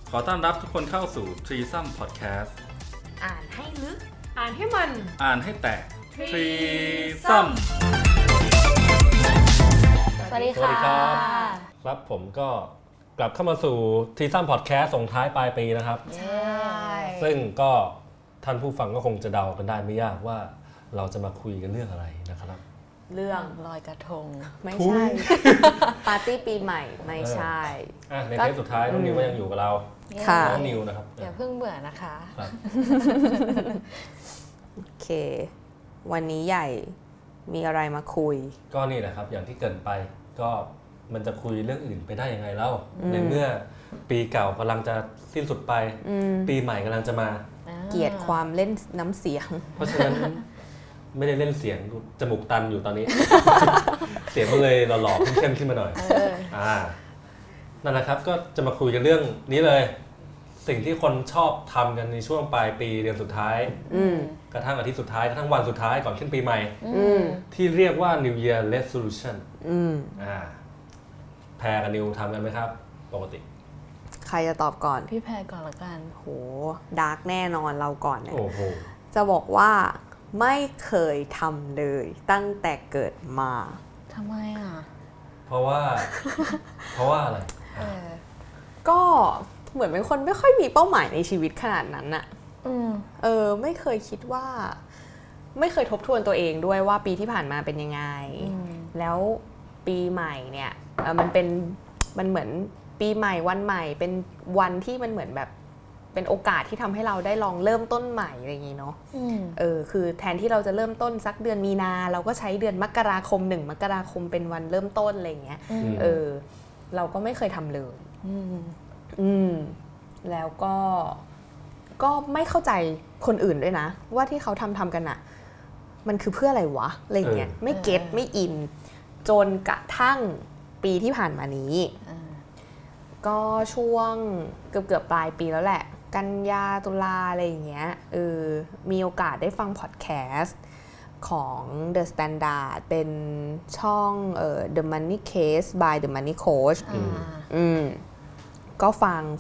ขอต้อนรับทุกคนเข้าสู่ Threesome Podcast อ่านให้ลึกอ่านให้มันอ่านให้แตก Threesome สวัสดีค่ะครับผมก็กลับเข้ามาสู่ Threesome Podcast ส่งท้ายปลายปีนะครับใช่ซึ่งก็ท่านผู้ฟังก็คงจะเดากันได้ไม่ยากว่าเราจะมาคุยกันเรื่องอะไรนะครับเรื่องลอยกระทงไม่ใช่ปาร์ตี้ปีใหม่ไม่ใช่ในเทปสุดท้ายน้องนิวก็ยังอยู่กับเราน้องนิวนะครับอย่าเพิ่งเบื่อนะคะโอเควันนี้ใหญ่มีอะไรมาคุยก็นี่แหละครับอย่างที่เกริ่นไปก็มันจะคุยเรื่องอื่นไปได้ยังไงเล่าในเมื่อปีเก่ากำลังจะสิ้นสุดไปปีใหม่กำลังจะมาเกลียดความเล่นน้ำเสียงเพราะฉะนั้นไม่ได้เล่นเสียงจมูกตันอยู่ตอนนี้ เสียงก็เลยหล่อๆเข้มๆขึ้นมาหน่อยนั่นแหละครับก็จะมาคุยกันเรื่องนี้เลยสิ่งที่คนชอบทำกันในช่วงปลายปีเดือนสุดท้ายกระทั่งอาทิตย์สุดท้ายกระทั่งวันสุดท้ายก่อนขึ้นปีใหม่ที่เรียกว่า New Year Resolution แพรกับนิวทำกันไหมครับปกติใครจะตอบก่อนพี่แพรก่อนละกันโหดาร์กแน่นอนเราก่อนเนี่ยโอ้โหจะบอกว่าไม่เคยทำเลยตั้งแต่เกิดมาทำไมอ่ะเพราะว่าอะไรก็เหมือนเป็นคนไม่ค่อยมีเป้าหมายในชีวิตขนาดนั้นอะไม่เคยคิดว่าไม่เคยทบทวนตัวเองด้วยว่าปีที่ผ่านมาเป็นยังไงแล้วปีใหม่เนี่ยมันเหมือนปีใหม่วันใหม่เป็นวันที่มันเหมือนแบบเป็นโอกาสที่ทำให้เราได้ลองเริ่มต้นใหม่อะไรอย่างงี้เนาะคือแทนที่เราจะเริ่มต้นสักเดือนมีนาเราก็ใช้เดือนมกราคม1 มกราคมเป็นวันเริ่มต้นอะไรอย่างเงี้ยเราก็ไม่เคยทำเลยแล้วก็ไม่เข้าใจคนอื่นด้วยนะว่าที่เขาทำกันอะมันคือเพื่ออะไรวะอะไรเงี้ยไม่เก็ตไม่อินจนกระทั่งปีที่ผ่านมานี้ก็ช่วงเกือบปลายปีแล้วแหละกันยาตุลาอะไรอย่างเงี้ยมีโอกาสได้ฟังพอดแคสต์ของ The Standard เป็นช่องThe Money Case by The Money Coach ก็ฟัง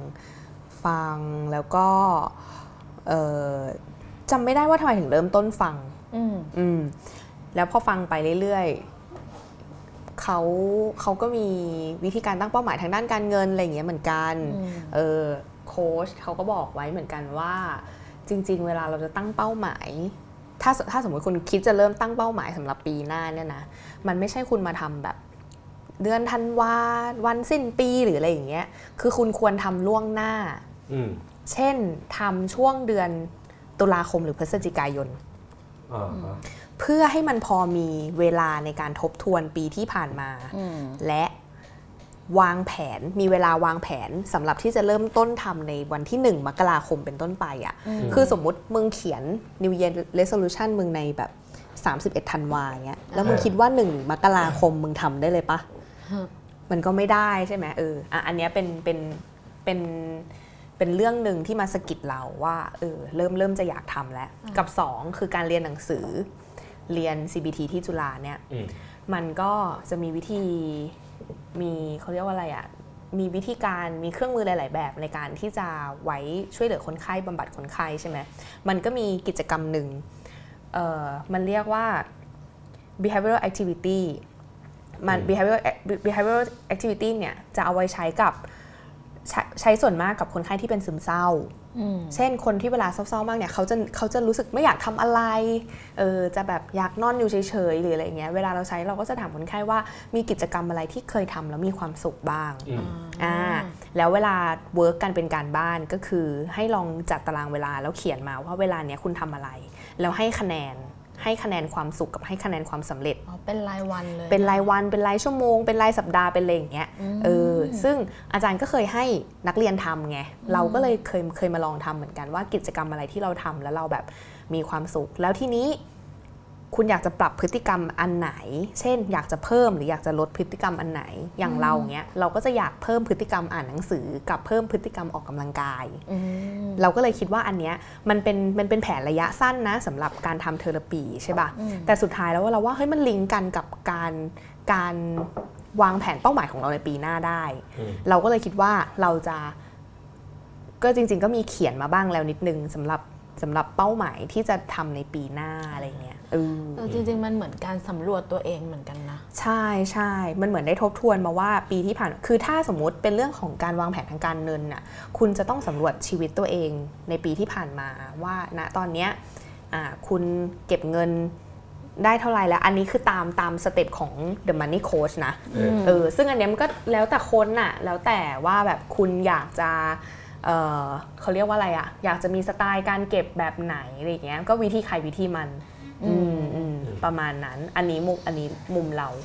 แล้วก็จำไม่ได้ว่าทำไมถึงเริ่มต้นฟังแล้วพอฟังไปเรื่อยๆเขาก็มีวิธีการตั้งเป้าหมายทางด้านการเงินอะไรอย่างเงี้ยเหมือนกันโค้ชเขาก็บอกไว้เหมือนกันว่าจริงๆเวลาเราจะตั้งเป้าหมายถ้าสมมติคุณคิดจะเริ่มตั้งเป้าหมายสำหรับปีหน้าเนี่ยนะมันไม่ใช่คุณมาทำแบบเดือนธันวาวันสิ้นปีหรืออะไรอย่างเงี้ยคือคุณควรทำล่วงหน้าเช่นทำช่วงเดือนตุลาคมหรือพฤศจิกายนเพื่อให้มันพอมีเวลาในการทบทวนปีที่ผ่านมาและวางแผนมีเวลาวางแผนสำหรับที่จะเริ่มต้นทำในวันที่1 มกราคมเป็นต้นไปอ่ะคือสมมุติมึงเขียน New Year Resolution มึงในแบบ31 ธันวาเงี้ยแล้วมึงคิดว่า1 มกราคมมึงทำได้เลยปะมันก็ไม่ได้ใช่ไหมอันเนี้ยเป็นเรื่องหนึ่งที่มาสะกิดเราว่าเริ่มจะอยากทำแล้วกับ2คือการเรียนหนังสือเรียน CBT ที่จุฬาเนี่ยมันก็จะมีวิธีเขาเรียกว่าอะไรอ่ะมีวิธีการมีเครื่องมือหลายๆแบบในการที่จะไว้ช่วยเหลือคนไข้บำบัดคนไข้ใช่ไหมมันก็มีกิจกรรมหนึ่งมันเรียกว่า behavioral activity มัน behavioral activity เนี่ยจะเอาไว้ใช้ส่วนมากกับคนไข้ที่เป็นซึมเศร้าเช่นคนที่เวลาเศร้าๆมากเนี่ยเขาจะรู้สึกไม่อยากทำอะไรจะแบบอยากนอนอยู่เฉยๆหรืออะไรเงี้ยเวลาเราใช้เราก็จะถามคนไข้ว่ามีกิจกรรมอะไรที่เคยทำแล้วมีความสุขบ้างแล้วเวลาเวิร์กกันเป็นการบ้านก็คือให้ลองจัดตารางเวลาแล้วเขียนมาว่าเวลาเนี้ยคุณทำอะไรแล้วให้คะแนนความสุขกับให้คะแนนความสำเร็จเป็นรายวันเลยเป็นรายวันเป็นรายชั่วโมงเป็นรายสัปดาห์เป็นอะไรอย่างเงี้ยซึ่งอาจารย์ก็เคยให้นักเรียนทำไงเราก็เลยเคยมาลองทำเหมือนกันว่ากิจกรรมอะไรที่เราทำแล้วเราแบบมีความสุขแล้วทีนี้คุณอยากจะปรับพฤติกรรมอันไหนเช่นอยากจะเพิ่มหรืออยากจะลดพฤติกรรมอันไหนอย่างเราเงี้ยเราก็จะอยากเพิ่มพฤติกรรมอ่านหนังสือกับเพิ่มพฤติกรรมออกกำลังกายเราก็เลยคิดว่าอันเนี้ยมันเป็นแผนระยะสั้นนะสำหรับการทำเทอราปีใช่ป่ะแต่สุดท้ายแล้วเราว่าเฮ้ยมันลิงก์กันกับการวางแผนเป้าหมายของเราในปีหน้าได้เราก็เลยคิดว่าเราจะก็จริงๆก็มีเขียนมาบ้างแล้วนิดนึงสำหรับเป้าหมายที่จะทำในปีหน้าอะไรเงี้ยจริงๆมันเหมือนการสำรวจตัวเองเหมือนกันนะใช่ใช่มันเหมือนได้ทบทวนมาว่าปีที่ผ่านคือถ้าสมมุติเป็นเรื่องของการวางแผนทางการเงินน่ะคุณจะต้องสำรวจชีวิตตัวเองในปีที่ผ่านมาว่าณตอนเนี้ยคุณเก็บเงินได้เท่าไหร่แล้วอันนี้คือตามสเต็ปของ The Money Coach นะซึ่งอันเนี้ยมันก็แล้วแต่คนน่ะแล้วแต่ว่าแบบคุณอยากจะเขาเรียกว่าอะไรอะอยากจะมีสไตล์การเก็บแบบไหนอะไรเงี้ยก็วิธีใครวิธีมันประมาณนั้นอันนี้มุมเรา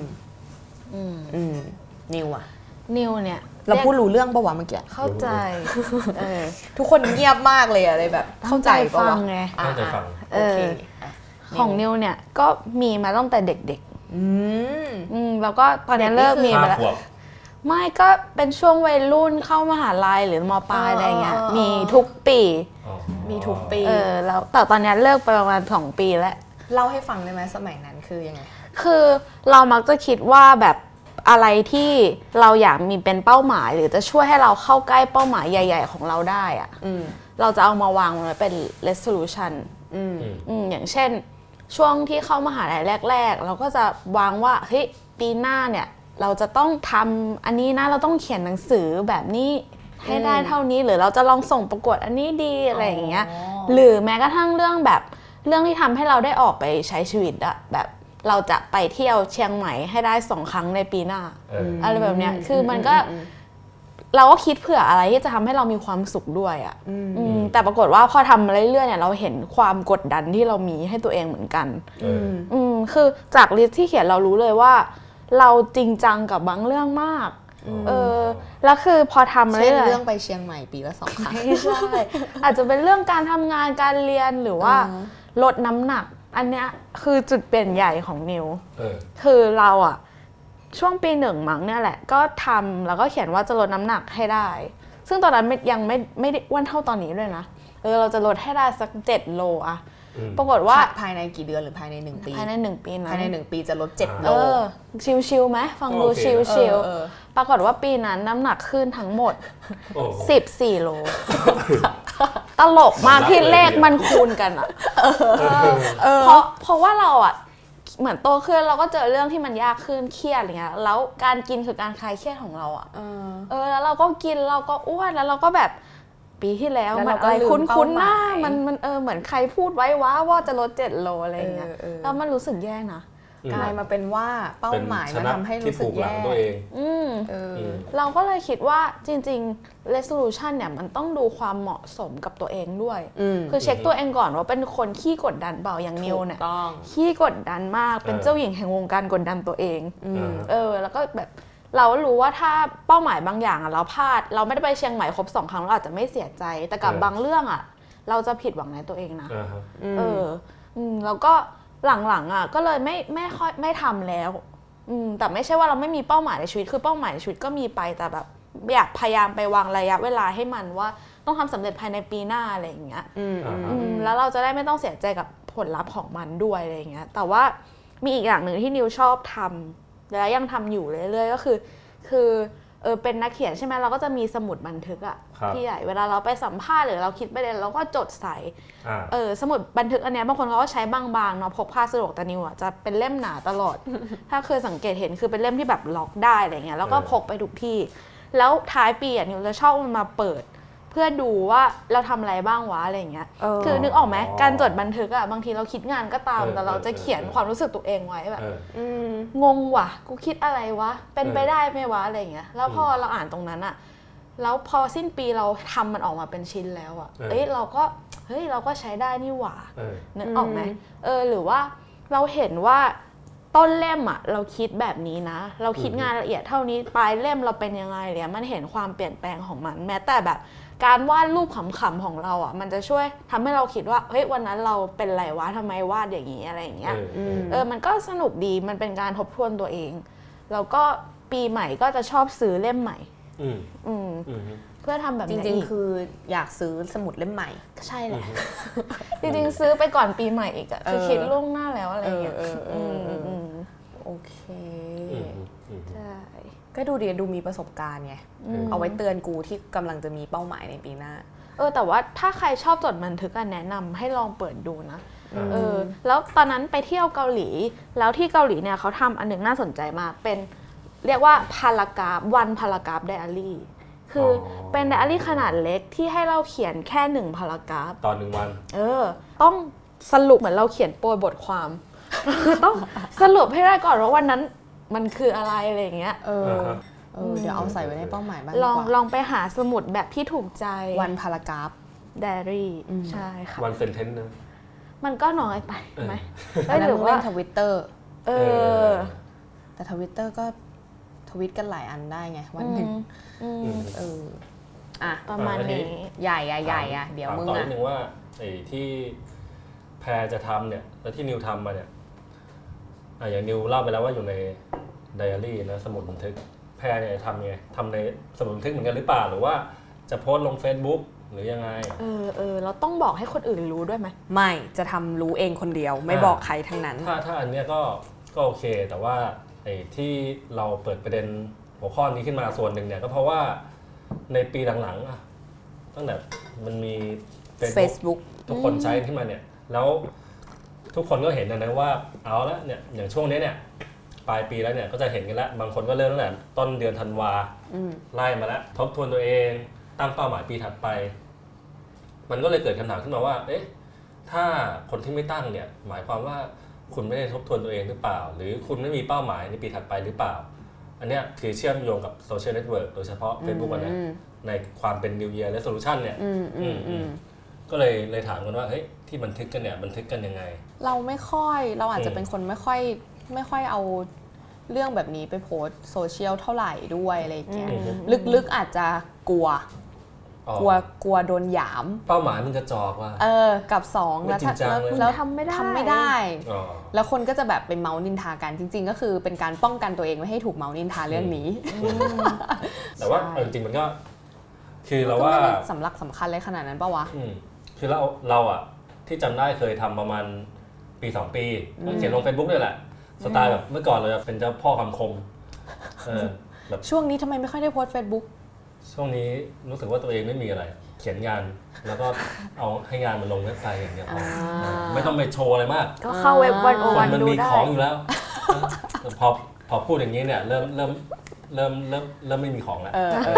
นิวอะนิวเนี่ยเราพูดรู้เรื่องปะวะเมื่อกี้เข้าใจทุกคนเงียบมากเลยอะไรแบบเข้าใจปะวะเข้าใจฟังโอเคของนิวเนี่ยก็มีมาตั้งแต่เด็กๆแล้วก็ตอนนี้เลิกมีไปแล้วไม่ก็เป็นช่วงวัยรุ่นเข้ามหาลัยหรือม.ปลายอะไรเงี้ยมีทุกปีแล้วแต่ตอนนี้เลิกไปประมาณ2 ปีแล้วเล่าให้ฟังได้ไหมสมัยนั้นคือยังไงคือเรามักจะคิดว่าแบบอะไรที่เราอยากมีเป็นเป้าหมายหรือจะช่วยให้เราเข้าใกล้เป้าหมายใหญ่ๆของเราได้อะเราจะเอามาวางไว้เป็น resolution อย่างเช่นช่วงที่เข้ามหาลัยแรกๆเราก็จะวางว่าเฮ้ยปีหน้าเนี่ยเราจะต้องทำอันนี้นะเราต้องเขียนหนังสือแบบนี้ให้ได้เท่านี้หรือเราจะลองส่งประกวดอันนี้ดีอะไรอย่างเงี้ยหรือแม้กระทั่งเรื่องที่ทำให้เราได้ออกไปใช้ชีวิตอะแบบเราจะไปเที่ยวเชียงใหม่ให้ได้2 ครั้งในปีหน้าอะไรแบบเนี้ยคือมันก็เราก็คิดเผื่ออะไรที่จะทำให้เรามีความสุขด้วยอะแต่ปรากฏว่าพอทำเรื่อยๆเนี่ยเราเห็นความกดดันที่เรามีให้ตัวเองเหมือนกันคือจากลิสต์ที่เขียนเรารู้เลยว่าเราจริงจังกับบางเรื่องมากแล้วคือพอทำเรื่องไปเชียงใหม่ปีละ2 ครั้งใช่อาจจะเป็นเรื่องการทำงานการเรียนหรือว่าลดน้ำหนักอันเนี้ยคือจุดเปลี่ยนใหญ่ของนิวคือเราอะช่วงปี1มั้งเนี่ยแหละก็ทำแล้วก็เขียนว่าจะลดน้ำหนักให้ได้ซึ่งตอนนั้นยังไม่ได้อ้วนเท่าตอนนี้เลยนะเราจะลดให้ได้สัก7 โลอะปรากฏว่าภายในกี่เดือนหรือภายใน1 ปีภายใน1 ปีนะภายใน1 ปีจะลด7 โลชิลๆไหมฟังดูชิลๆปรากฏว่าปีนั้นน้ำหนักขึ้นทั้งหมด14 โลตลกมากที่เลขมันคูณกันอะเพราะว่าเราอะเหมือนโตขึ้นเราก็เจอเรื่องที่มันยากขึ้นเครียดอะไรเงี้ยแล้วการกินคือการคลายเครียดของเราอะแล้วเราก็กินเราก็อ้วนแล้วเราก็แบบปีที่แล้วมันอะไรคุ้นๆหน้ามันเหมือนใครพูดไว้ว่าจะลด7 โลอะไรเงี้ยแล้วมันรู้สึกแย่นะกลายมาเป็นว่าเป้าหมายมันทำให้รู้สึกแย่เราก็เลยคิดว่าจริงๆ resolution เนี่ยมันต้องดูความเหมาะสมกับตัวเองด้วยคือเช็คตัวเองก่อนว่าเป็นคนขี้กดดันเปล่าอย่างนิวเนี่ยขี้กดดันมากเป็นเจ้าหญิงแห่งวงการกดดันตัวเองแล้วก็แบบเรารู้ว่าถ้าเป้าหมายบางอย่างเราพลาดเราไม่ได้ไปเชียงใหม่ครบ2 ครั้งเราอาจจะไม่เสียใจแต่กับบางเรื่องเราจะผิดหวังในตัวเองนะแล้วก็หลังๆก็เลยไม่ทำแล้วแต่ไม่ใช่ว่าเราไม่มีเป้าหมายในชีวิตคือเป้าหมายในชีวิตก็มีไปแต่แบบอยากพยายามไปวางระยะเวลาให้มันว่าต้องทำสำเร็จภายในปีหน้าอะไรอย่างเงี้ยแล้วเราจะได้ไม่ต้องเสียใจกับผลลัพธ์ของมันด้วยอะไรอย่างเงี้ยแต่ว่ามีอีกอย่างหนึ่งที่นิวชอบทำแล้วยังทำอยู่เรื่อยๆก็คือเป็นนักเขียนใช่ไหมเราก็จะมีสมุดบันทึกที่ใหญ่เวลาเราไปสัมภาษณ์หรือเราคิดประเด็นเราก็จดใส่สมุดบันทึกอันเนี้ยบางคนเขาก็ใช้บางๆเนาะพกพาสะดวกแต่นิวจะเป็นเล่มหนาตลอด ถ้าเคยสังเกตเห็นคือเป็นเล่มที่แบบล็อกได้อะไรเงี้ยแล้วก็พกไปทุกที่แล้วท้ายปีนิวจะชอบมันมาเปิดเพื่อดูว่าเราทำอะไรบ้างวะอะไรเงี้ยคือนึกออกไหมการจดบันทึกบางทีเราคิดงานก็ตามแต่เราจะเขียนความรู้สึกตัวเองไว้แบบงงว่ะกูคิดอะไรวะเป็นไปได้ไหมวะอะไรเงี้ยแล้วพอเราอ่านตรงนั้นแล้วพอสิ้นปีเราทำมันออกมาเป็นชิ้นแล้วเราก็ใช้ได้นี่หว่านึกออกไหมหรือว่าเราเห็นว่าต้นเล่มเราคิดแบบนี้นะเราคิดงานละเอียดเท่านี้ปลายเล่มเราเป็นยังไงเนี่ยมันเห็นความเปลี่ยนแปลงของมันแม้แต่แบบการวาดรูปขำๆของเรามันจะช่วยทำให้เราคิดว่าเฮ้ยวันนั้นเราเป็นไรวะทำไมวาดอย่างนี้อะไรอย่างเงี้ยมันก็สนุกดีมันเป็นการทบทวนตัวเองแล้วก็ปีใหม่ก็จะชอบซื้อเล่มใหม่เพื่อทำแบบนี้จริงๆคืออยากซื้อสมุดเล่มใหม่ใช่แหละจริงๆซื้อไปก่อนปีใหม่อีกคือคิดล่วงหน้าแล้วอะไรอย่างเงี้ยโอเคใช่ก็ดูมีประสบการณ์ไงเอาไว้เตือนกูที่กำลังจะมีเป้าหมายในปีหน้าแต่ว่าถ้าใครชอบจดบันทึกแนะนำให้ลองเปิดดูนะแล้วตอนนั้นไปเที่ยวเกาหลีแล้วที่เกาหลีเนี่ยเขาทำอันหนึ่งน่าสนใจมากเป็นเรียกว่าพารากราฟวันพารากราฟไดอารี่คือเป็นไดอารี่ขนาดเล็กที่ให้เราเขียนแค่1พารากราฟตอน1วันต้องสรุปเหมือนเราเขียนโปรยบทความต้องสรุปให้ได้ก่อนว่าวันนั้นมันคืออะไรอะไรอย่างเงี้ยเดี๋ยวเอาใส่ไว้ในเป้าหมายบ้างลองไปหาสมุดแบบที่ถูกใจวันพารากราฟไดอารี่ใช่ค่ะวันเซนเทนต์นะมันก็น้อยไปไหมหรือว่า Twitter แต่ Twitter ก็ทวิตกันหลายอันได้ไงวันหนึ่งประมาณนี้ใหญ่อะเดี๋ยวมึงต่อนิดนึงว่าไอ้ที่แพรจะทำเนี่ยแล้วที่นิวทำมาเนี่ยอย่างนิวเล่าไปแล้วว่าอยู่ในไดอารี่นะสมุดบันทึกแพรเนี่ยทำไงทำในสมุดบันทึกเหมือนกันหรือเปล่าหรือว่าจะโพสต์ลง Facebook หรือยังไงเราต้องบอกให้คนอื่นรู้ด้วยไหมไม่จะทำรู้เองคนเดียวไม่บอกใครทั้งนั้นถ้าอันเนี้ยก็โอเคแต่ว่าไอ้ที่เราเปิดประเด็นหัวข้อนี้ขึ้นมาส่วนหนึ่งเนี่ยก็เพราะว่าในปีหลังๆตั้งแต่มันมี Facebook ทุกคนใช้ขึ้นมาเนี่ยแล้วทุกคนก็เห็นนะว่าเอาละเนี่ยอย่างช่วงนี้เนี่ยปลายปีแล้วเนี่ยก็จะเห็นกันแล้วบางคนก็เริ่มตั้งแต่ต้นเดือนธันวาไล่มาแล้วทบทวนตัวเองตั้งเป้าหมายปีถัดไปมันก็เลยเกิดคำถามขึ้นมาว่าเอ๊ะถ้าคนที่ไม่ตั้งเนี่ยหมายความว่าคุณไม่ได้ทบทวนตัวเองหรือเปล่าหรือคุณไม่มีเป้าหมายในปีถัดไปหรือเปล่าอันเนี้ยคือเชื่อมโยงกับโซเชียลเน็ตเวิร์กโดยเฉพาะ Facebook นะในความเป็น New Year Resolution เนี่ยก็เลยถามกันว่าเฮ้ยที่บันทึกกันเนี่ยบันทึกกันยังไงเราอาจจะเป็นคนไม่ค่อยเอาเรื่องแบบนี้ไปโพสโซเชียลเท่าไหร่ด้วยอะไรอย่างเงี้ยลึกๆอาจจะกลัวโดนหยามเป้าหมายมันกระจอกว่ะกับ2แล้วทำไม่ได้แล้วคนก็จะแบบไปเมาส์นินทากันจริงๆก็คือเป็นการป้องกันตัวเองไม่ให้ถูกเมาส์นินทาเรื่องนี้แต่ว่าจริงๆมันก็คือเราว่าสำคัญเลยขนาดนั้นป่ะวะคือเราอ่ะที่จำได้เคยทำประมาณปี2ปีเขียนลง Facebook ด้วยแหละสไตล์แบบเมื่อก่อนเราจะเป็นเจ้าพ่อคำคมแบบช่วงนี้ทำไมไม่ค่อยได้โพสต์ Facebook ช่วงนี้รู้สึกว่าตัวเองไม่มีอะไรเขียนงานแล้วก็เอาให้งานมันลงเว็บไซต์อย่างเงี้ยไม่ต้องไปโชว์อะไรมากก็เข้าเว็บวันโอวันดูได้มันมีของอยู่แล้วพอพูดอย่างนี้เนี่ยเริ่มไม่มีของแล้ว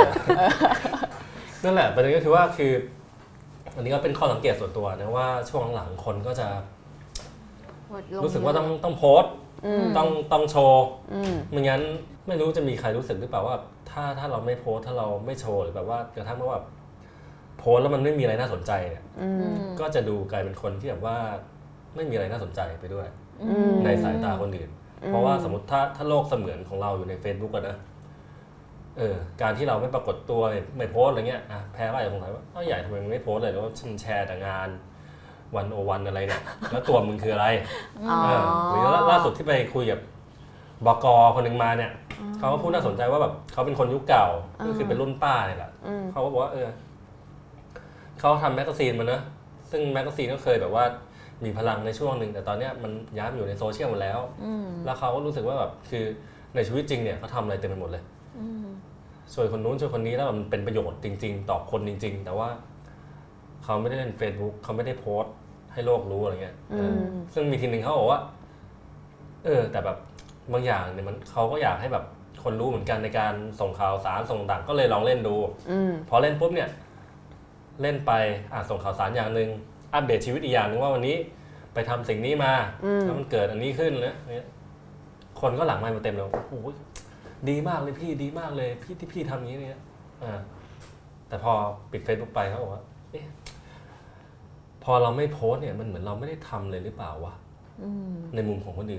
นั่นแหละประเด็นก็คือว่าอันนี้ก็เป็นข้อสังเกตส่วนตัวนะว่าช่วงหลังคนก็จะรู้สึกว่าต้องโพสต์ต้องโชว์ไม่งั้นไม่รู้จะมีใครรู้สึกหรือเปล่าว่าถ้าเราไม่โพสถ้าเราไม่โชว์หรือแบบว่ากระทั่งว่าโพสแล้วมันไม่มีอะไรน่าสนใจเนี่ยก็จะดูกลายเป็นคนที่แบบว่าไม่มีอะไรน่าสนใจไปด้วยในสายตาคนอื่นเพราะว่าสมมติถ้าโลกเสมือนของเราอยู่ใน Facebook กันนะการที่เราไม่ปรากฏตัวไม่โพสอะไรเงี้ยแพ้ว่าอย่างสงสัยว่าใหญ่ทำไมไม่โพสเลยแล้วฉันแชร์แต่งานวันโอวันอะไรเนี่ยแล้วตัวมึงคืออะไรหรือล่าสุดที่ไปคุยกับบก.คนหนึ่งมาเนี่ยเขาก็พูดน่าสนใจว่าแบบเขาเป็นคนยุคเก่าก็คือเป็นรุ่นป้าเนี่ยแหละเขาก็บอกว่าเขาทำแมกกาซีนมาเนอะซึ่งแมกกาซีนก็เคยแบบว่ามีพลังในช่วงหนึ่งแต่ตอนเนี้ยมันย้ายมาอยู่ในโซเชียลหมดแล้วแล้วเขาก็รู้สึกว่าแบบคือในชีวิตจริงเนี่ยเขาทำอะไรเต็มไปหมดเลยช่วยคนนู้นช่วยคนนี้แล้วมันเป็นประโยชน์จริงๆต่อคนจริงๆแต่ว่าเขาไม่ได้เล่น Facebook เขาไม่ได้โพสต์ให้โลกรู้อะไรเงี้ยซึ่งมีทีนึงเขาบอกว่าแต่แบบบางอย่างเนี่ยมันเขาก็อยากให้แบบคนรู้เหมือนกันในการส่งข่าวสารส่งต่างก็เลยลองเล่นดูพอเล่นปุ๊บเนี่ยเล่นไปส่งข่าวสารอย่างนึงอัปเดตชีวิตอีกอย่างนึงว่าวันนี้ไปทำสิ่งนี้มาแล้วมันเกิดอันนี้ขึ้นนะคนก็หลั่งไมค์มาเต็มเลยโอ้โหดีมากเลยพี่ดีมากเลยพี่ที่พี่ทำอย่างนี้เนี่ยแต่พอปิด Facebook ไปเขาบอกว่าพอเราไม่โพสเนี่ยมันเหมือนเราไม่ได้ทำเลยหรือเปล่าวะในมุมของคนอื่น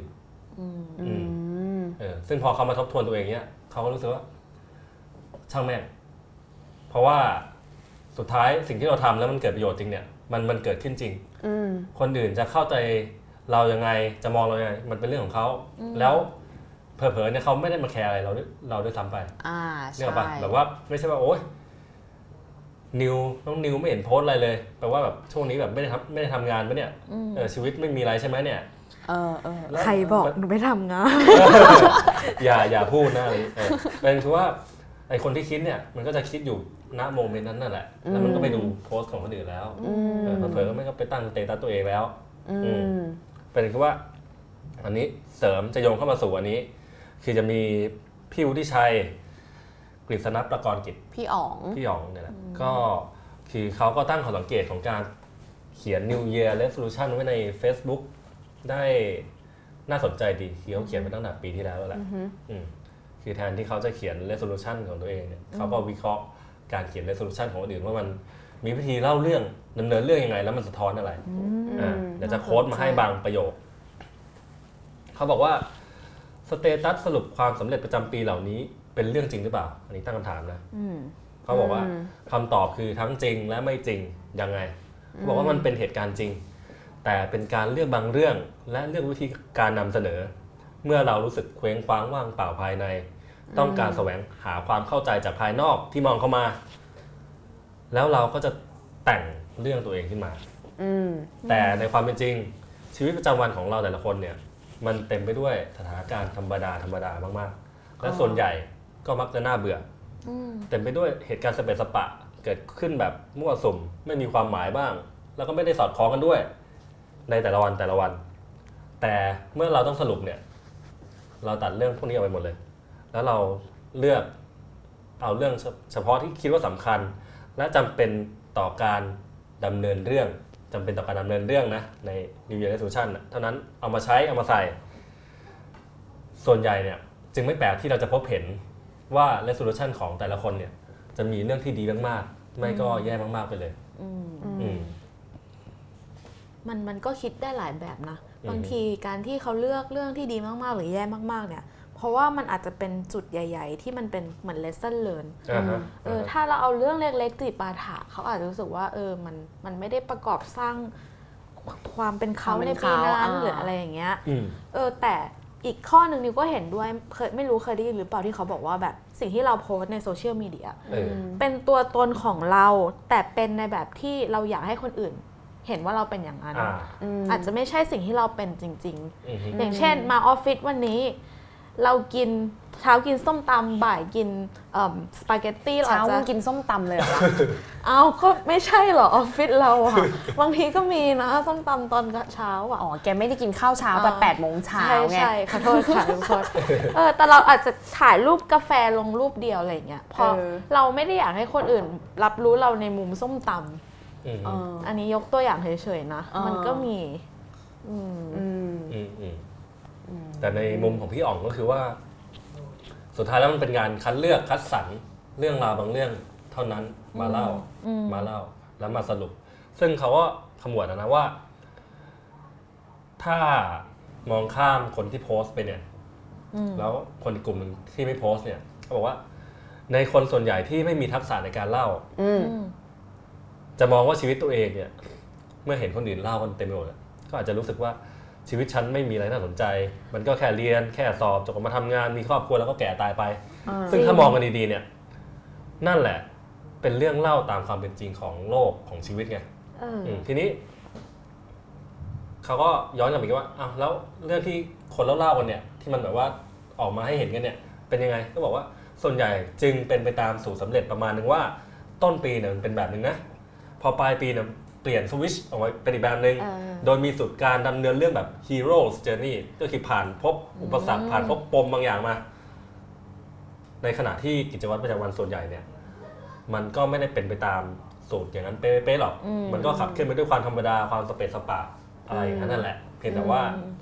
ซึ่งพอเขามาทบทวนตัวเองเนี่ยเขาก็รู้สึกว่าช่างแม่งเพราะว่าสุดท้ายสิ่งที่เราทำแล้วมันเกิดประโยชน์จริงเนี่ยมันเกิดขึ้นจริงคนอื่นจะเข้าใจเรายังไงจะมองเรายังไงมันเป็นเรื่องของเขาแล้วเผลอๆเนี่ยเขาไม่ได้มาแคร์อะไรเราด้วยซ้ำไปเนี่ยป่ะแบบว่าไม่ใช่ว่าโอ๊ยน้องนิวไม่เห็นโพสอะไรเลยแปลว่าแบบช่วงนี้แบบไม่ได้ทำงานปะเนี่ยชีวิตไม่มีอะไรใช่ไหมเนี่ยใครบอกหนูไม่ทำงานอย่าพูดนะอะไรเป็นคือว่าไอคนที่คิดเนี่ยมันก็จะคิดอยู่ณโมเมนต์นั้นนั่นแหละแล้วมันก็ไปดูโพสต์ของคนอื่นแล้วเผลอๆก็ไม่ก็ไปตั้งสเตตัสตัวเองแล้วเป็นคือว่าอันนี้เสริมจะโยงเข้ามาสู่อันนี้คือจะมีพี่วุฒิชัยกฤษณประกรณ์กิจพี่อ๋องเนี่ยแหละก็คือเขาก็ตั้งข้อสังเกตของการเขียน New Year Resolution ไว้ใน Facebook ได้น่าสนใจดีคือเขาเขียนไปตั้งแต่ปีที่แล้วแหละคือแทนที่เขาจะเขียน resolution ของตัวเองเนี่ยเขาก็วิเคราะห์การเขียน resolution ของคนอื่นว่ามันมีวิธีเล่าเรื่องดำเนินเรื่องยังไงแล้วมันสะท้อนอะไรเดี๋ยวจะโค้ดมาให้บางประโยคเขาบอกว่าสเตตัสสรุปความสำเร็จประจำปีเหล่านี้เป็นเรื่องจริงหรือเปล่าอันนี้ตั้งคำถามนะเขาบอกว่าคำตอบคือทั้งจริงและไม่จริงยังไงเขาบอกว่ามันเป็นเหตุการณ์จริงแต่เป็นการเลือกบางเรื่องและเลือกวิธีการนำเสนอเมื่อเรารู้สึกเคว้งคว้างว่างเปล่าภายในต้องการแสวงหาความเข้าใจจากภายนอกที่มองเข้ามาแล้วเราก็จะแต่งเรื่องตัวเองขึ้นมาแต่ในความเป็นจริงชีวิตประจำวันของเราแต่ละคนเนี่ยมันเต็มไปด้วยสถานการณ์ธรรมดามากๆและส่วนใหญ่ก็มักจะน่าเบื่อเต็มไปด้วยเหตุการณ์สเปซสปะเกิดขึ้นแบบมั่วสุมไม่มีความหมายบ้างแล้วก็ไม่ได้สอดคล้องกันด้วยในแต่ละวันแต่เมื่อเราต้องสรุปเนี่ยเราตัดเรื่องพวกนี้ออกไปหมดเลยแล้วเราเลือกเอาเรื่องเฉพาะที่คิดว่าสำคัญและจำเป็นต่อการดำเนินเรื่องนะใน New Year Resolution เท่านั้นเอามาใช้เอามาใส่ส่วนใหญ่เนี่ยจึงไม่แปลกที่เราจะพบเห็นว่า Resolution ของแต่ละคนเนี่ยจะมีเรื่องที่ดีมากๆไม่ก็แย่มากๆไปเลยมันก็คิดได้หลายแบบนะบางทีการที่เขาเลือกเรื่องที่ดีมากๆหรือแย่มากๆเนี่ยเพราะว่ามันอาจจะเป็นจุดใหญ่ๆที่มันเป็นเหมือน lesson learn ถ้าเราเอาเรื่องเล็กๆจีปาถะเขาอาจจะรู้สึกว่ามันไม่ได้ประกอบสร้างความเป็นเขาในปีนั้นหรืออะไรอย่างเงี้ยแต่อีกข้อหนึ่งนิวก็เห็นด้วยไม่รู้เคยได้ยินหรือเปล่าที่เขาบอกว่าแบบสิ่งที่เราโพสในโซเชียลมีเดียเป็นตัวตนของเราแต่เป็นในแบบที่เราอยากให้คนอื่นเห็นว่าเราเป็นอย่างนั้นอาจจะไม่ใช่สิ่งที่เราเป็นจริงๆอย่างเช่นมาออฟฟิศวันนี้เรากินเช้ากินส้มตำบ่ายกินสปาเกตตี้เช้ากินส้มตำเลยเหรอเอาก็ไม่ใช่เหรอออฟฟิศเราอะบางทีก็มีนะส้มตำตอนเช้าอะแกไม่ได้กินข้าวเช้าแต่8 โมงเช้าไงใช่ขอโทษค่ะทุกคนแต่เราอาจจะถ่ายรูปกาแฟลงรูปเดียวอะไรเงี้ยพอเราไม่ได้อยากให้คนอื่นรับรู้เราในมุมส้มตำอันนี้ยกตัวอย่างเฉยๆนะมันก็มีแต่ในมุมของพี่อ๋องก็คือว่าสุดท้ายแล้วมันเป็นงานคัดเลือกคัดสรรเรื่องราวบางเรื่องเท่านั้นมาเล่าแล้วมาสรุปซึ่งเขาก็ขมวดนะว่าถ้ามองข้ามคนที่โพสต์ไปเนี่ยแล้วคนอีกกลุ่มนึงที่ไม่โพสต์เนี่ยเขาบอกว่าในคนส่วนใหญ่ที่ไม่มีทักษะในการเล่าจะมองว่าชีวิตตัวเองเนี่ยเมื่อเห็นคนอื่นเล่ากันเต็มไปหมดก็อาจจะรู้สึกว่าชีวิตฉันไม่มีอะไรน่าสนใจมันก็แค่เรียนแค่สอบจบมาทำงานมีครอบครัวแล้วก็แก่ตายไปซึ่งถ้ามองกันดีๆเนี่ยนั่นแหละเป็นเรื่องเล่าตามความเป็นจริงของโลกของชีวิตไงทีนี้เขาก็ย้อนกลับไปว่าอ้าวแล้วเรื่องที่คนเล่ากันเนี่ยที่มันแบบว่าออกมาให้เห็นกันเนี่ยเป็นยังไงก็บอกว่าส่วนใหญ่จึงเป็นไปตามสูตรสำเร็จประมาณนึงว่าต้นปีเนี่ยมันเป็นแบบนึงนะพอปลายปีเนี่ยเปลี่ยนสวิตช์ออกมาเป็นอีกแบบนึงโดยมีสูตรการดำเนินเรื่องแบบ Hero's Journey ก็คือผ่านพบอุปสรรคผ่านพบปมบางอย่างมาในขณะที่กิจวัตรประจำวันส่วนใหญ่เนี่ยมันก็ไม่ได้เป็นไปตามสูตรอย่างนั้นเป๊ะๆหรอกมันก็ขับเคลื่อนไปด้วยความธรรมดาความสเปซสปะอะไรอย่างนั้นนั่นแหละเพียงแต่ว่า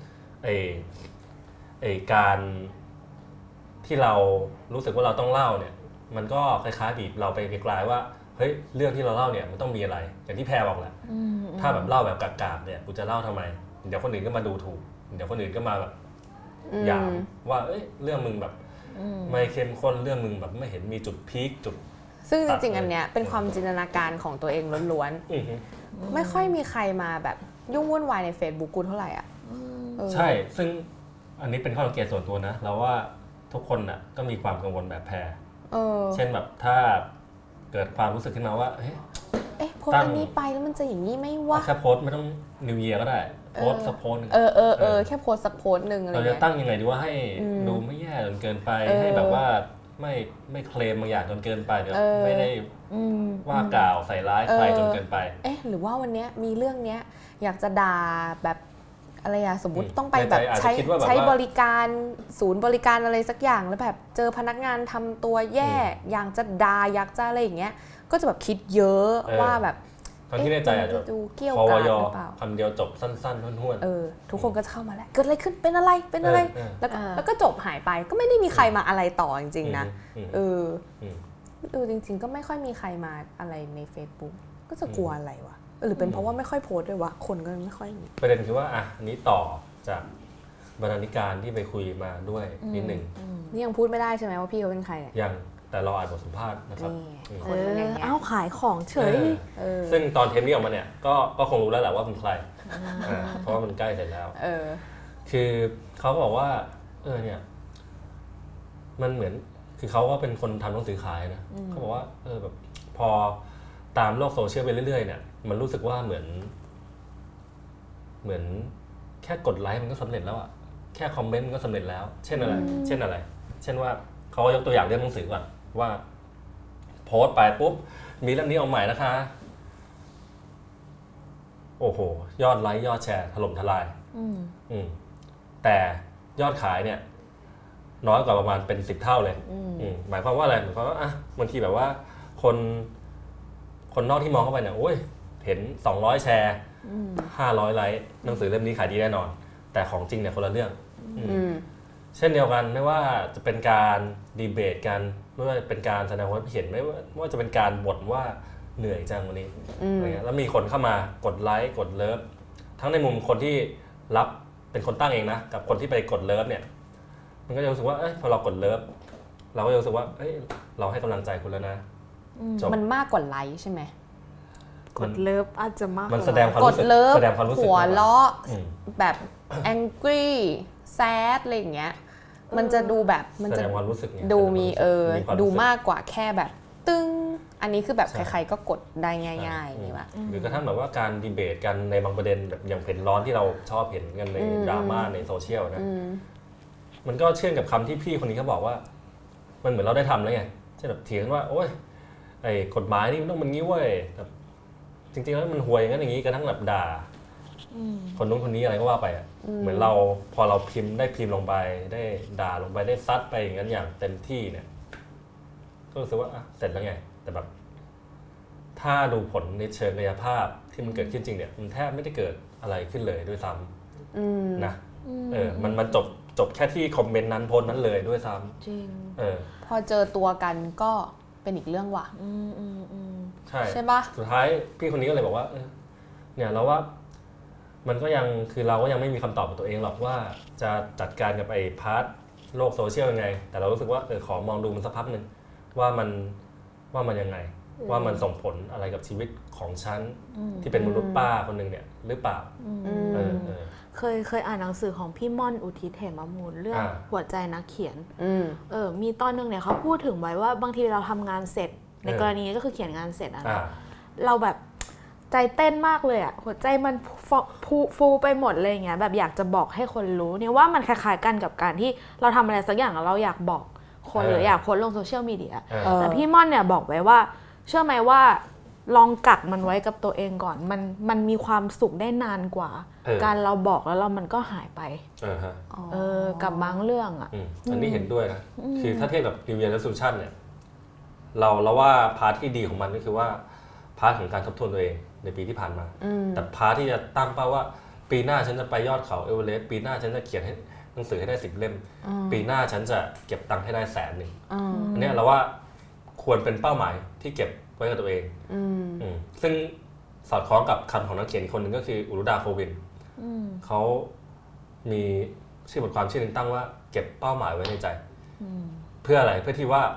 การที่เรารู้สึกว่าเราต้องเล่าเนี่ยมันก็คล้ายๆบีบเราไปไกลๆว่าเฮ้ยเรื่องที่เราเล่าเนี่ยมันต้องมีอะไรอย่างที่แพรบอกแหละถ้าแบบเล่าแบบกากๆเนี่ยกูจะเล่าทำไมเดี๋ยวคนอื่นก็มาดูถูกเดี๋ยวคนอื่นก็มาแบบหยามว่าเอ้ยเรื่องมึงแบบไม่เข้มข้นเรื่องมึงแบบไม่เห็นมีจุดพีคจุดซึ่งจริงๆอันเนี้ยเป็นความจินตนาการของตัวเองล้วนๆไม่ค่อยมีใครมาแบบยุ่งวุ่นวายใน Facebook กูเท่าไหร่อ่ะใช่ซึ่งอันนี้เป็นข้อสังเกตส่วนตัวนะเราว่าทุกคนน่ะก็มีความกังวลแบบแพรเช่นแบบถ้าเกิดความรู้สึกขึ้นมาว่าโพสต์อันนี้ไปแล้วมันจะอย่างนี้ไม่วะแค่โพสต์ไม่ต้อง New Year ก็ได้โพสสักโพสนึงแค่โพสสักโพสนึงอะไรเราจะตั้งยังไงดีว่าให้ดูไม่แย่จนเกินไปให้แบบว่าไม่เคลมบางอย่างจนเกินไปเดี๋ยวไม่ได้ว่ากล่าวใส่ร้ายใครจนเกินไปหรือว่าวันนี้มีเรื่องเนี้ยอยากจะด่าแบบอะไรอะสมมติต้องไปแบบใช้บริการศูนย์บริการอะไรสักอย่างแล้วแบบเจอพนักงานทำตัวแย่อยากจะด่าอยากจะอะไรอย่างเงี้ยก็จะแบบคิดเยอะว่าแบบตอนที่ในใจอาจจะดูเกี่ยวกับหรือเปล่าคำเดียวจบสั้นๆห้วนๆทุกคนก็จะเข้ามาแล้วเกิดอะไรขึ้นเป็นอะไรแล้วก็จบหายไปก็ไม่ได้มีใครมาอะไรต่อจริงๆนะจริงๆก็ไม่ค่อยมีใครมาอะไรใน Facebook ก็จะกลัวอะไรวะหรือเป็นเพราะว่าไม่ค่อยโพสต์ด้วยวะคนก็ไม่ค่อยมีประเด็นคือว่าอันนี้ต่อจากบรรณาธิการที่ไปคุยมาด้วยนิดนึงนี่ยังพูดไม่ได้ใช่ไหมว่าพี่เขาเป็นใครยังแต่เราอ่านบทสัมภาษณ์นะครับขายของเฉยซึ่งตอนเทปนี้ออกมาเนี่ยก็คงรู้แล้วแหละว่าเป็นใครเพราะว่ามันใกล้เสร็จแล้วคือเขาบอกว่าเนี่ยมันเหมือนคือเขาก็เป็นคนทำหนังสือขายนะเขาบอกว่าแบบพอตามโลกโซเชียลไปเรื่อยๆเนี่ยมันรู้สึกว่าเหมือนแค่กดไลค์มันก็สำเร็จแล้วอะแค่คอมเมนต์มันก็สำเร็จแล้วเช่นอะไรเช่นว่าเขายกตัวอย่างเรื่องหนังสือก่อนว่าโพสต์ไปปุ๊บมีเรื่องนี้ออกใหม่นะคะโอ้โหยอดไลค์ยอดแชร์ถล่มทลายแต่ยอดขายเนี่ยน้อยกว่าประมาณเป็น10 เท่าเลยหมายความว่าอะไรหมายความว่าบางทีแบบว่าคนนอกที่มองเข้าไปเนี่ยโอ้ยเห็น200แชร์500ไลค์หนังสือเล่มนี้ขายดีแน่นอนแต่ของจริงเนี่ยคนละเรื่องเช่นเดียวกันไม่ว่าจะเป็นการดีเบตกันไม่ว่าจะเป็นการแสดงความคิดเห็นไม่ว่าจะเป็นการบ่นว่าเหนื่อยจังวันนี้อะไรเงี้ยแล้วมีคนเข้ามากดไลค์กดเลิฟทั้งในมุมคนที่รับเป็นคนตั้งเองนะกับคนที่ไปกดเลิฟเนี่ยมันก็จะรู้สึกว่าพอเรากดเลิฟเราก็จะรู้สึกว่าเราให้กำลังใจคุณแล้วนะมันมากกว่าไลค์ใช่ไหมกดเลิฟอาจจะมากมันแสดงความรู้สึกหัวเราะแบบ angry sad อะไรอย่างเงี้ยมันจะดูแบบมันจะดูมีดูมากกว่าแค่แบบตึ้งอันนี้คือแบบใครๆก็กดได้ง่ายๆนี่ว่าหรือกระทั่งแบบว่าการดีเบตกันในบางประเด็นแบบอย่างเผ็ดร้อนที่เราชอบเห็นกันในดราม่าในโซเชียลนะมันก็เชื่อมกับคำที่พี่คนนี้เขาบอกว่ามันเหมือนเราได้ทำแล้วไงเช่นแบบเถียงกันว่าโอ๊ยกฎหมายนี่มันต้องมันงี้เว้ยแบบจริงๆแล้วมันห่วยอย่างนั้นอย่างนี้กระทั่งแบบด่าคนนู้นคนนี้อะไรก็ว่าไปเหมือนเราพอเราพิมพ์ลงไปได้ด่าลงไปได้ซัดไปอย่างนั้นอย่างเต็มที่เนี่ยก็รู้สึกว่าเสร็จแล้วไงแต่แบบถ้าดูผลในเชิงกายภาพที่มันเกิดขึ้นจริงเนี่ยมันแทบไม่ได้เกิดอะไรขึ้นเลยด้วยซ้ำนะมันจบแค่ที่คอมเมนต์นั้นโพสต์นั้นเลยด้วยซ้ำจริงพอเจอตัวกันก็เป็นอีกเรื่องว่ะใช่ปะสุดท้ายพี่คนนี้ก็เลยบอกว่าเนี่ยเราว่ามันก็ยังคือเราก็ยังไม่มีคำตอบกับตัวเองหรอกว่าจะจัดการกับไอ้พาร์ทโลกโซเชียลยังไงแต่เรารู้สึกว่าขอมองดูมันสักพักนึงว่ามันยังไงว่ามันส่งผลอะไรกับชีวิตของฉันที่เป็นมนุษย์ป้าคนนึงเนี่ยหรือเปล่าเคยอ่านหนังสือของพี่ม่อนอุทิศเหมมูลเรื่องหัวใจนักเขียนมีตอนนึงเนี่ยเขาพูดถึงไว้ว่าบางทีเราทำงานเสร็จในกรณีก็คือเขียนงานเสร็จเราแบบใจเต้นมากเลยอ่ะหัวใจมันฟูไปหมดเลยอย่างเงี้ยแบบอยากจะบอกให้คนรู้เนี่ยว่ามันคล้ายๆกันกับการที่เราทำอะไรสักอย่างแล้วเราอยากบอกคนหรืออยากโพสลงโซเชียลมีเดียแต่พี่ม่อนเนี่ยบอกไว้ว่าเชื่อไหมว่าลองกักมันไว้กับตัวเองก่อนมันมีความสุขได้นานกว่าการเราบอกแล้วมันก็หายไปกับบางเรื่องอ่ะอันนี้เห็นด้วยนะคือถ้าเทียบกับ New Year Resolution เนี่ยเราว่าพาร์ทที่ดีของมันก็คือว่าพาร์ทของการทบทวนตัวเองในปีที่ผ่านมาแต่พาร์ทที่จะตั้งเป้าว่าปีหน้าฉันจะไปยอดเขาเอเวอเรสต์ปีหน้าฉันจะเขียนหนังสือให้ได้10 เล่มปีหน้าฉันจะเก็บตังค์ให้ได้100,000อันนี้เราว่าควรเป็นเป้าหมายที่เก็บไว้กับตัวเองซึ่งสอดคล้องกับคำของนักเขียนอีกคนหนึ่งก็คืออุรุดาโควินเขามีชื่อบทความชื่อหนึ่งตั้งว่าเก็บเป้าหมายไว้ในใจเพื่ออะไรเพื่อที่ว่า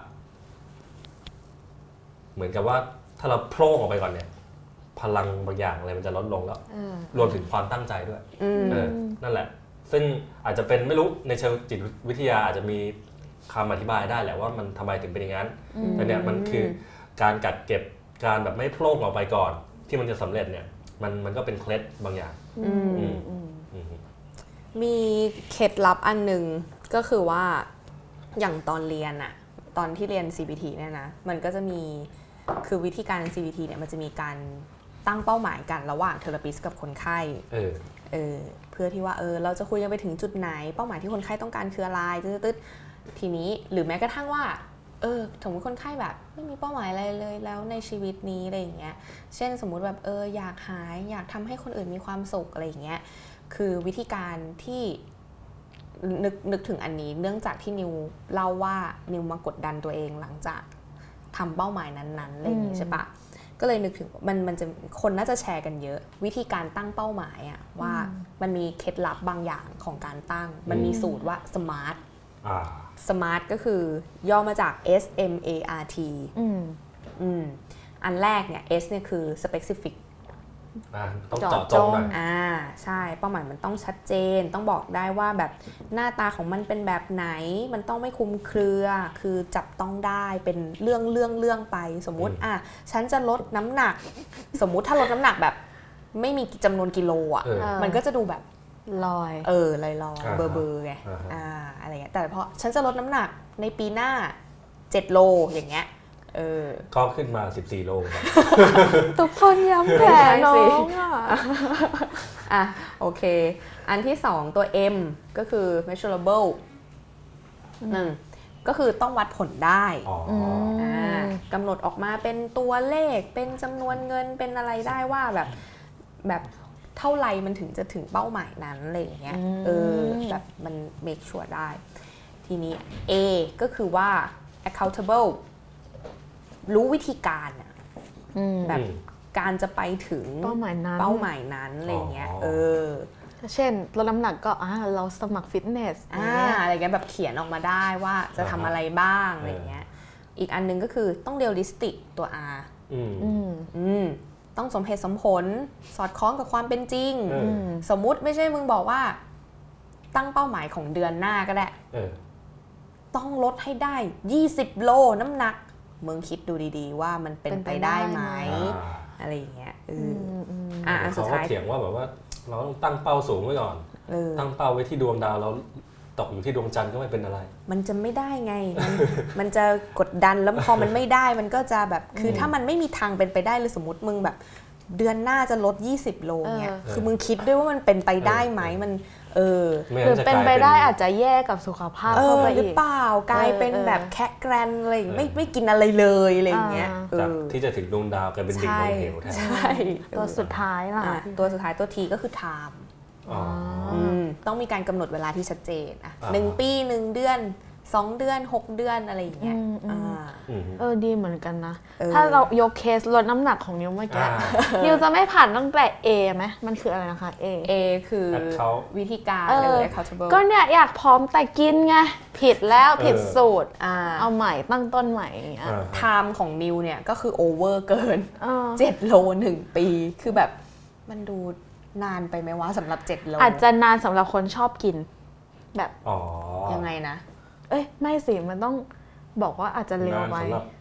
เหมือนกับว่าถ้าเราโผล่ออกไปก่อนเนี่ยพลังบางอย่างอะไรมันจะลดลงแล้วรวมถึงความตั้งใจด้วยนั่นแหละซึ่งอาจจะเป็นไม่รู้ในเชิงจิตวิทยาอาจจะมีคำอธิบายได้แหละว่ามันทำไมถึงเป็นอย่างนั้นแต่เนี่ยมันคือการกัดเก็บการแบบไม่โผล่ออกไปก่อนที่มันจะสำเร็จเนี่ยมันก็เป็นเคล็ดบางอย่างมีเคล็ดลับอันหนึ่งก็คือว่าอย่างตอนเรียนอะตอนที่เรียน CBT เนี่ยนะมันก็จะมีคือวิธีการ CBT เนี่ยมันจะมีการตั้งเป้าหมายกันระหว่างเทอราปิสต์กับคนไข้เพื่อที่ว่าเราจะคุยกันไปถึงจุดไหนเป้าหมายที่คนไข้ต้องการคืออะไรตึ๊ดทีนี้หรือแม้กระทั่งว่าสมมติคนไข้แบบไม่มีเป้าหมายอะไรเลยแล้วในชีวิตนี้อะไรอย่างเงี้ยเช่นสมมุติแบบอยากหายอยากทำให้คนอื่นมีความสุขอะไรอย่างเงี้ยคือวิธีการที่นึกถึงอันนี้เนื่องจากที่นิวเล่าว่านิวมากดดันตัวเองหลังจากทำเป้าหมายนั้นๆอะไรอย่างงี้ใช่ปะก็เลยนึกถึงมันจะคนน่าจะแชร์กันเยอะวิธีการตั้งเป้าหมายอะว่ามันมีเคล็ดลับบางอย่างของการตั้งมันมีสูตรว่า SMART ก็คือย่อมาจาก SMART อันแรกเนี่ย S เนี่ยคือ specific ต้องเจาะจงหน่อยใช่เป้าหมายมันต้องชัดเจนต้องบอกได้ว่าแบบหน้าตาของมันเป็นแบบไหนมันต้องไม่คลุมเครือคือจับต้องได้เป็นเรื่องไปสมมุติฉันจะลดน้ำหนักสมมุติถ้าลดน้ำหนักแบบไม่มีจำนวนกิโลมันก็จะดูแบบลอยลอยเบอร์ไงอะไรเงี้ยแต่พอฉันจะลดน้ำหนักในปีหน้า7 โลอย่างเงี้ยก็ขึ้นมา14 โลทุกคนย้ำแผลน้องโอเคอันที่2ตัว M ก็คือ measurable ก็คือต้องวัดผลได้กำหนดออกมาเป็นตัวเลขเป็นจำนวนเงินเป็นอะไรได้ว่าแบบเท่าไหร่มันถึงจะถึงเป้าหมายนั้นอะไรอย่างเงี้ยแบบมัน make sure ได้ทีนี้ A ก็คือว่า accountableรู้วิธีการแบบการจะไปถึงเป้าหมายนั้นอะไรเงี้ยเช่นลดน้ำหนักก็เราสมัครฟิตเนสอะไรเงี้ยแบบเขียนออกมาได้ว่าจะทำอะไรบ้างอะไรเงี้ยอีกอันนึงก็คือต้องเรียลลิสติกตัว R ต้องสมเหตุสมผลสอดคล้องกับความเป็นจริงสมมุติไม่ใช่มึงบอกว่าตั้งเป้าหมายของเดือนหน้าก็ได้ต้องลดให้ได้20 โลน้ำหนักมึงคิดดูดีๆว่ามันเป็นไปได้ไหมอะไรอย่างเงี้ยอันสุดท้ายเขาเถียงว่าแบบว่าเราต้องตั้งเป้าสูงไว้ก่อนตั้งเป้าไว้ที่ดวงดาวเราตกอยู่ที่ดวงจันทร์ก็ไม่เป็นอะไรมันจะไม่ได้ไงมันจะกดดันแล้วพอมันไม่ได้มันก็จะแบบคือถ้ามันไม่มีทางเป็นไปได้เลยสมมติมึงแบบเดือนหน้าจะลด20 โลเนี่ยคือมึงคิดด้วยว่ามันเป็นไปได้ไหมมันหรือเป็นไปได้อาจจะแย่กับสุขภาพเข้าไปอีกหรือเปล่ากลายเป็นแบบแคะแกรนอะไรไม่กินอะไรเลยอะไรอย่างเงี้ยจากที่จะถึงดวงดาวกลายเป็นดิ่งลงเหวแทนใช่ตัวสุดท้ายล่ะตัวสุดท้ายตัว T ก็คือ time ต้องมีการกำหนดเวลาที่ชัดเจน1 ปี1 เดือน2 เดือน6 เดือนอะไรอย่างเงี้ยดีเหมือนกันนะถ้าเรายกเคสลดน้ำหนักของนิวเมื่อกี้นิวจะไม่ผ่านตั้งแต่ A ไหมมันคืออะไรนะคะ A คือวิธีการaccountable ก็เนี่ยอยากพร้อมแต่กินไงผิดแล้วผิดสูตรเอาใหม่ตั้งต้นใหม่ time ของนิวเนี่ยก็คือโอเวอร์เกิน7 โล1 ปีคือแบบมันดูนานไปไหมวะสำหรับ7 โลอาจจะนานสำหรับคนชอบกินแบบยังไงนะไม่สิมันต้องบอกว่าอาจจะเร็วไป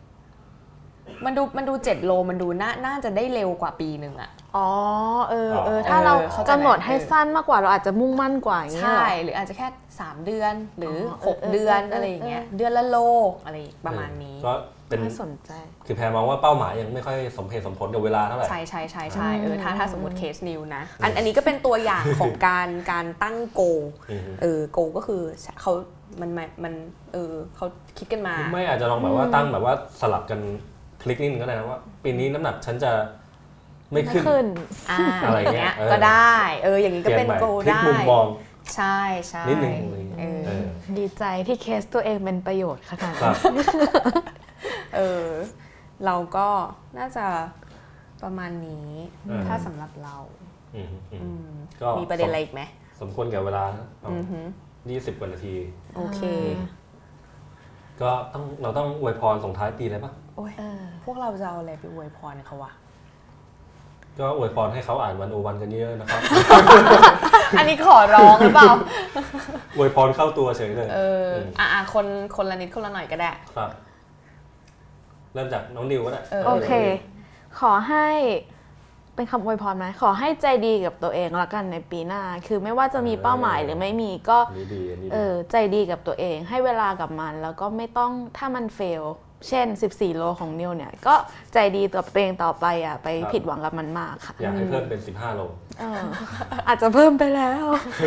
มันดู7 โลมันดูน่าจะได้เร็วกว่าปีนึงอ่ะถ้าเรากำหนดให้สั้นมากกว่าเราอาจจะมุ่งมั่นกว่าอย่างเงี้ยใช่หรืออาจจะแค่3 เดือนหรือ6 เดือนอะไรอย่างเงี้ยเดือนละโลอะไรประมาณนี้ก็เป็นน่าสนใจคือแพรมองว่าเป้าหมายยังไม่ค่อยสมเหตุสมผลกับเวลาเท่าไหร่ใช่ถ้าสมมติเคสนิวนะอันนี้ก็เป็นตัวอย่างของการตั้งโกโกก็คือเขาเขาคิดกันมาไม่อาจจะลองแบบว่าตั้งแบบว่าสลับกันคลิกนิดนึงก็ได้นะว่าปีนี้น้ำหนักฉันจะไม่ขึ้นอะไรเงี้ยก็ได้อย่างนี้ก็เป็นโกได้มุมมองใช่นิดนึงดีใจที่เคสตัวเองเป็นประโยชน์ขนาดนี้เราก็น่าจะประมาณนี้ถ้าสำหรับเรามีประเด็นอะไรอีกไหมสมควรกับเวลา20 กว่านาทีโอเคก็เราต้องอวยพรส่งท้ายปีเลยป่ะพวกเราจะเอาอะไรไปอวยพรเขาวะก็อวยพรให้เขาอ่านวันโอวันกันเยอะนะครับอันนี้ขอร้องหรือเปล่าอวยพรเข้าตัวเฉยเลยคนละนิดคนละหน่อยก็ได้ครับเริ่มจากน้องนิวก็ได้โอเคขอให้เป็นคำอวยพรไหมขอให้ใจดีกับตัวเองละกันในปีหน้าคือไม่ว่าจะมีเป้าหมายหรือไม่มีก็ใจดีกับตัวเองให้เวลากับมันแล้วก็ไม่ต้องถ้ามันเฟลเช่น14โลของนิวเนี่ยก็ใจดีกับตัวเองต่อไปอ่ะไปผิดหวังกับมันมากค่ะอยากให้เพิ่มเป็น15โลอาจจะเพิ่มไปแล้ว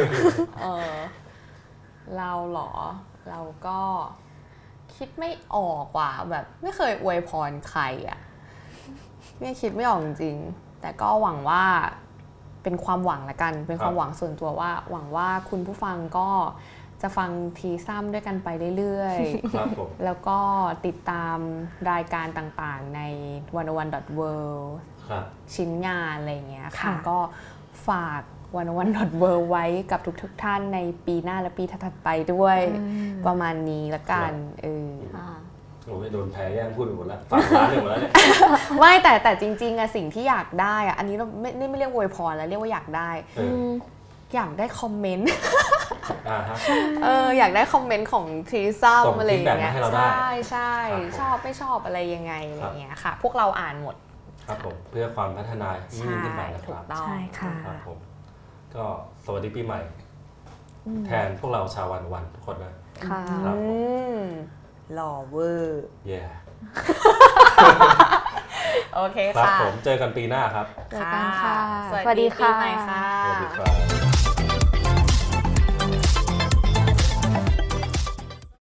เราเหรอเราก็คิดไม่ออกว่ะแบบไม่เคยอวยพรใครอ่ะเนี่ยคิดไม่ออกจริงๆแต่ก็หวังว่าเป็นความหวังละกันเป็นความหวังส่วนตัวว่าหวังว่าคุณผู้ฟังก็จะฟังทีซ้ำด้วยกันไปเรื่อยๆแล้วก็ติดตามรายการต่างๆใน 101.world ชิ้นงานอะไรอย่างเงี้ยค่ะก็ฝาก 101.world ไว้กับทุกท่านในปีหน้าและปีถัดๆไปด้วยประมาณนี้ละกันโอ้ยโดนแพ้แย่งพูดไปหมดแล้วฝากร้านเลยหมดแล้วเนี่ยไม่แต่จริงๆอะสิ่งที่อยากได้อะอันนี้เราไม่เรียกอวยพรแล้วเรียกว่าอยากได้อยากได้คอมเมนต์อยากได้คอมเมนต์ของทรีซัมอะไรอย่างเงี้ยใช่ชอบไม่ชอบอะไรยังไงอะไรเงี้ยค่ะพวกเราอ่านหมดครับผมเพื่อความพัฒนายิ่งขึ้นไปนะครับใช่ค่ะครับผมก็สวัสดีปีใหม่แทนพวกเราชาววันทุกคนนะค่ะหล่อเวอร์โอเคค่ะครับผมเจอกันปีหน้าครับเจอกันค่ะสวัสดีปีใหม่ค่ะสวัสดีครับ